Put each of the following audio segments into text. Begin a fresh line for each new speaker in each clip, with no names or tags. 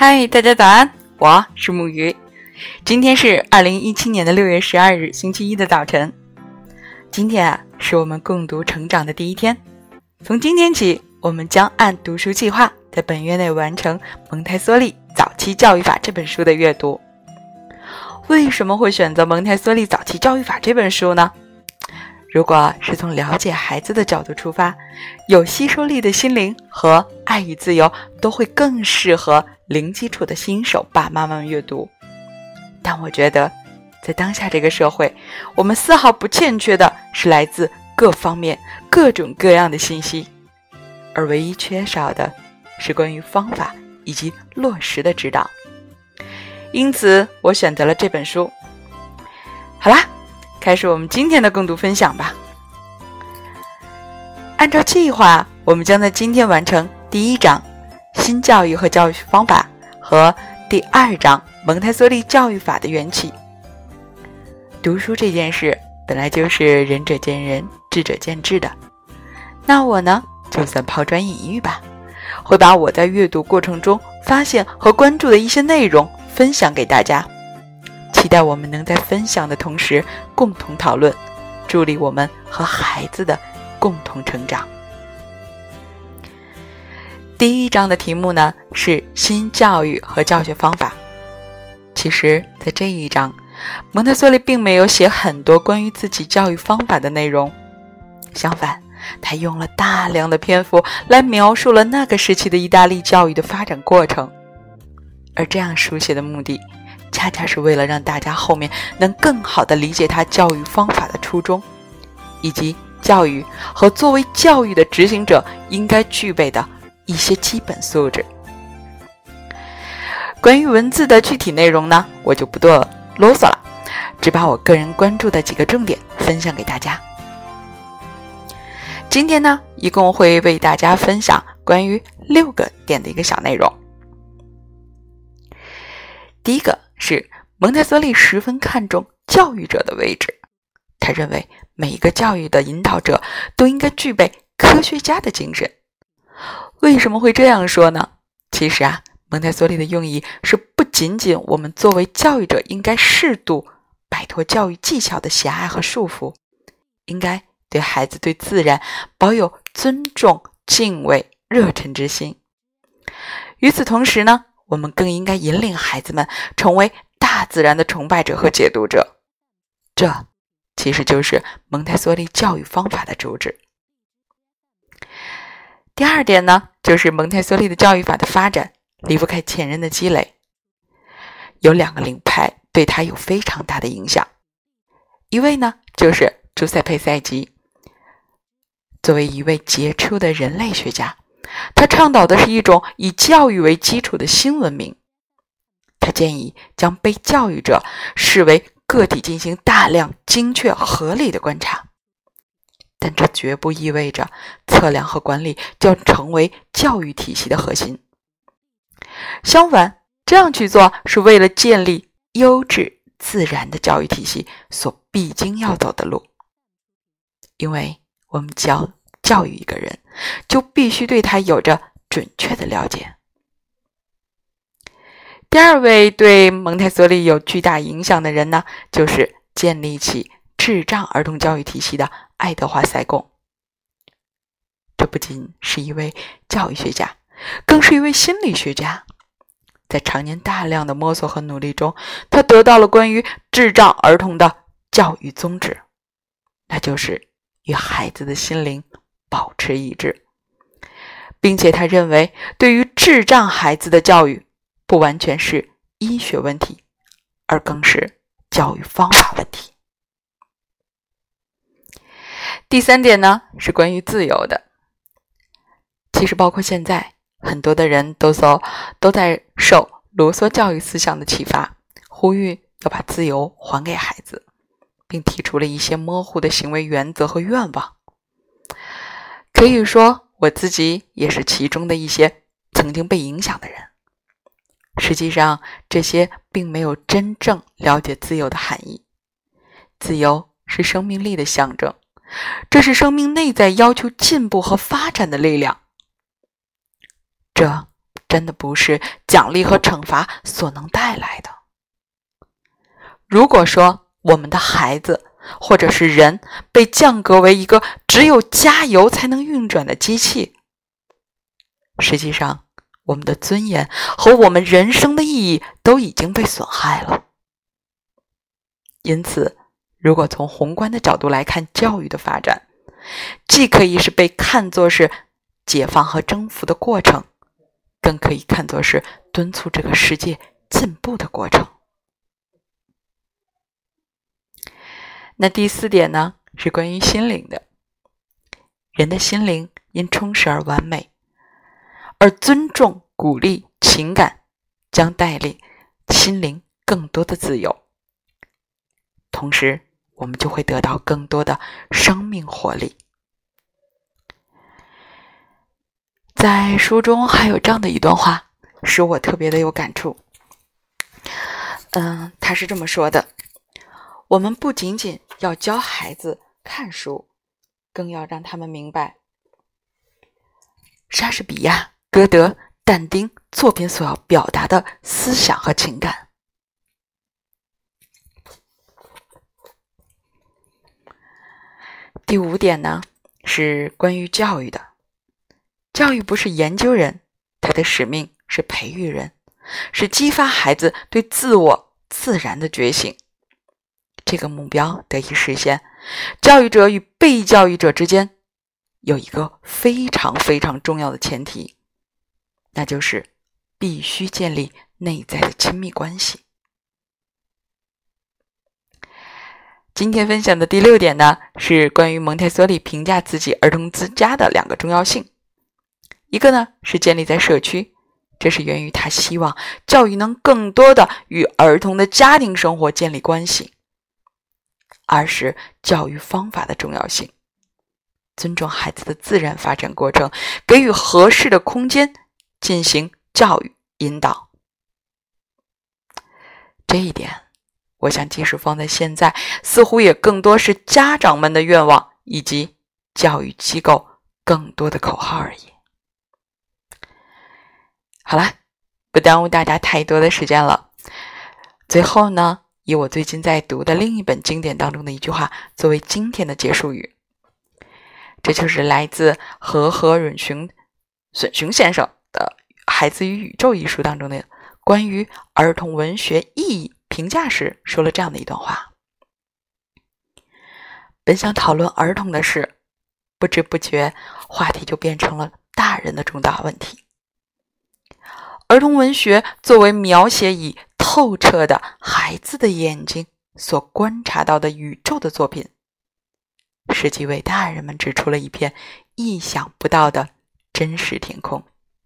嗨，大家早安，我是木鱼。今天是2017年的6月12日，星期一的早晨。今天是我们共读成长的第一天。从今天起，我们将按读书计划，在本月内完成蒙台梭利早期教育法这本书的阅读。为什么会选择蒙台梭利早期教育法这本书呢？如果是从了解孩子的角度出发，有吸收力的心灵和爱与自由都会更适合零基础的新手爸妈们阅读。但我觉得在当下这个社会，我们丝毫不欠缺的是来自各方面各种各样的信息，而唯一缺少的是关于方法以及落实的指导。因此我选择了这本书。好啦，开始我们今天的共读分享吧。按照计划，我们将在今天完成第一章新教育和教育方法和第二章蒙台梭利教育法的缘起。读书这件事本来就是仁者见仁，智者见智的。那我呢，就算抛砖引玉吧，会把我在阅读过程中发现和关注的一些内容分享给大家。期待我们能在分享的同时共同讨论，助力我们和孩子的共同成长。第一章的题目呢是新教育和教学方法。其实在这一章，蒙台梭利并没有写很多关于自己教育方法的内容，相反，他用了大量的篇幅来描述了那个时期的意大利教育的发展过程。而这样书写的目的，恰恰是为了让大家后面能更好地理解他教育方法的初衷，以及教育和作为教育的执行者应该具备的一些基本素质。关于文字的具体内容呢，我就不多啰嗦了，只把我个人关注的几个重点分享给大家。今天呢，一共会为大家分享关于6个点的一个小内容。第一个是蒙台梭利十分看重教育者的位置，他认为每一个教育的引导者都应该具备科学家的精神。为什么会这样说呢？其实蒙台梭利的用意是不仅仅我们作为教育者应该适度摆脱教育技巧的狭隘和束缚，应该对孩子对自然保有尊重、敬畏、热忱之心。与此同时呢，我们更应该引领孩子们成为大自然的崇拜者和解读者。这其实就是蒙台梭利教育方法的主旨。第二点呢，就是蒙台梭利的教育法的发展离不开前人的积累。有2个领派对他有非常大的影响。一位呢，就是朱塞佩·塞吉。作为一位杰出的人类学家，他倡导的是一种以教育为基础的新文明。他建议将被教育者视为个体进行大量、精确、合理的观察，但这绝不意味着测量和管理就要成为教育体系的核心。相反，这样去做是为了建立优质、自然的教育体系所必经要走的路。因为我们教育一个人，就必须对他有着准确的了解。第二位对蒙台梭利有巨大影响的人呢，就是建立起智障儿童教育体系的爱德华·塞贡。这不仅是一位教育学家，更是一位心理学家。在常年大量的摸索和努力中，他得到了关于智障儿童的教育宗旨，那就是与孩子的心灵保持一致，并且他认为对于智障孩子的教育不完全是医学问题，而更是教育方法问题。第三点呢，是关于自由的。其实包括现在很多的人都在受卢梭教育思想的启发，呼吁要把自由还给孩子，并提出了一些模糊的行为原则和愿望。可以说我自己也是其中的一些曾经被影响的人。实际上这些并没有真正了解自由的含义。自由是生命力的象征，这是生命内在要求进步和发展的力量。这真的不是奖励和惩罚所能带来的。如果说我们的孩子或者是人被降格为一个只有加油才能运转的机器，实际上我们的尊严和我们人生的意义都已经被损害了。因此，如果从宏观的角度来看教育的发展，既可以是被看作是解放和征服的过程，更可以看作是敦促这个世界进步的过程。那第4点呢，是关于心灵的。人的心灵因充实而完美，而尊重、鼓励情感将带领心灵更多的自由，同时我们就会得到更多的生命活力。在书中还有这样的一段话，使我特别的有感触。他是这么说的：我们不仅仅要教孩子看书，更要让他们明白莎士比亚、歌德、但丁作品所要表达的思想和情感。第5点呢，是关于教育的。教育不是研究人，它的使命是培育人，是激发孩子对自我自然的觉醒。这个目标得以实现，教育者与被教育者之间有一个非常非常重要的前提，那就是必须建立内在的亲密关系。今天分享的第6点呢，是关于蒙台梭利评价自己儿童之家的2个重要性。一个呢，是建立在社区，这是源于他希望教育能更多的与儿童的家庭生活建立关系。2是教育方法的重要性，尊重孩子的自然发展过程，给予合适的空间进行教育引导。这一点我想即使放在现在，似乎也更多是家长们的愿望以及教育机构更多的口号而已。好了，不耽误大家太多的时间了。最后呢，以我最近在读的另一本经典当中的一句话作为今天的结束语，这就是来自和润损雄先生的《孩子与宇宙》一书当中的关于儿童文学意义评价时说了这样的一段话：本想讨论儿童的事，不知不觉话题就变成了大人的重大问题。儿童文学作为描写以透彻的孩子的眼睛所观察到的宇宙的作品，实际为大人们指出了一片意想不到的真实天空。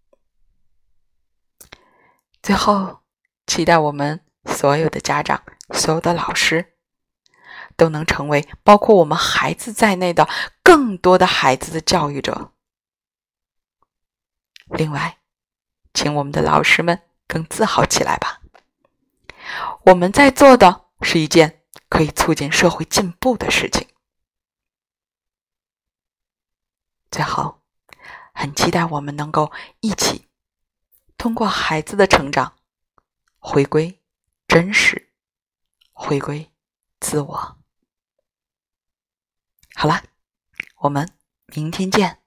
最后，期待我们所有的家长、所有的老师都能成为包括我们孩子在内的更多的孩子的教育者。另外，请我们的老师们更自豪起来吧。我们在做的是一件可以促进社会进步的事情。最后，很期待我们能够一起通过孩子的成长，回归真实，回归自我。好了，我们明天见。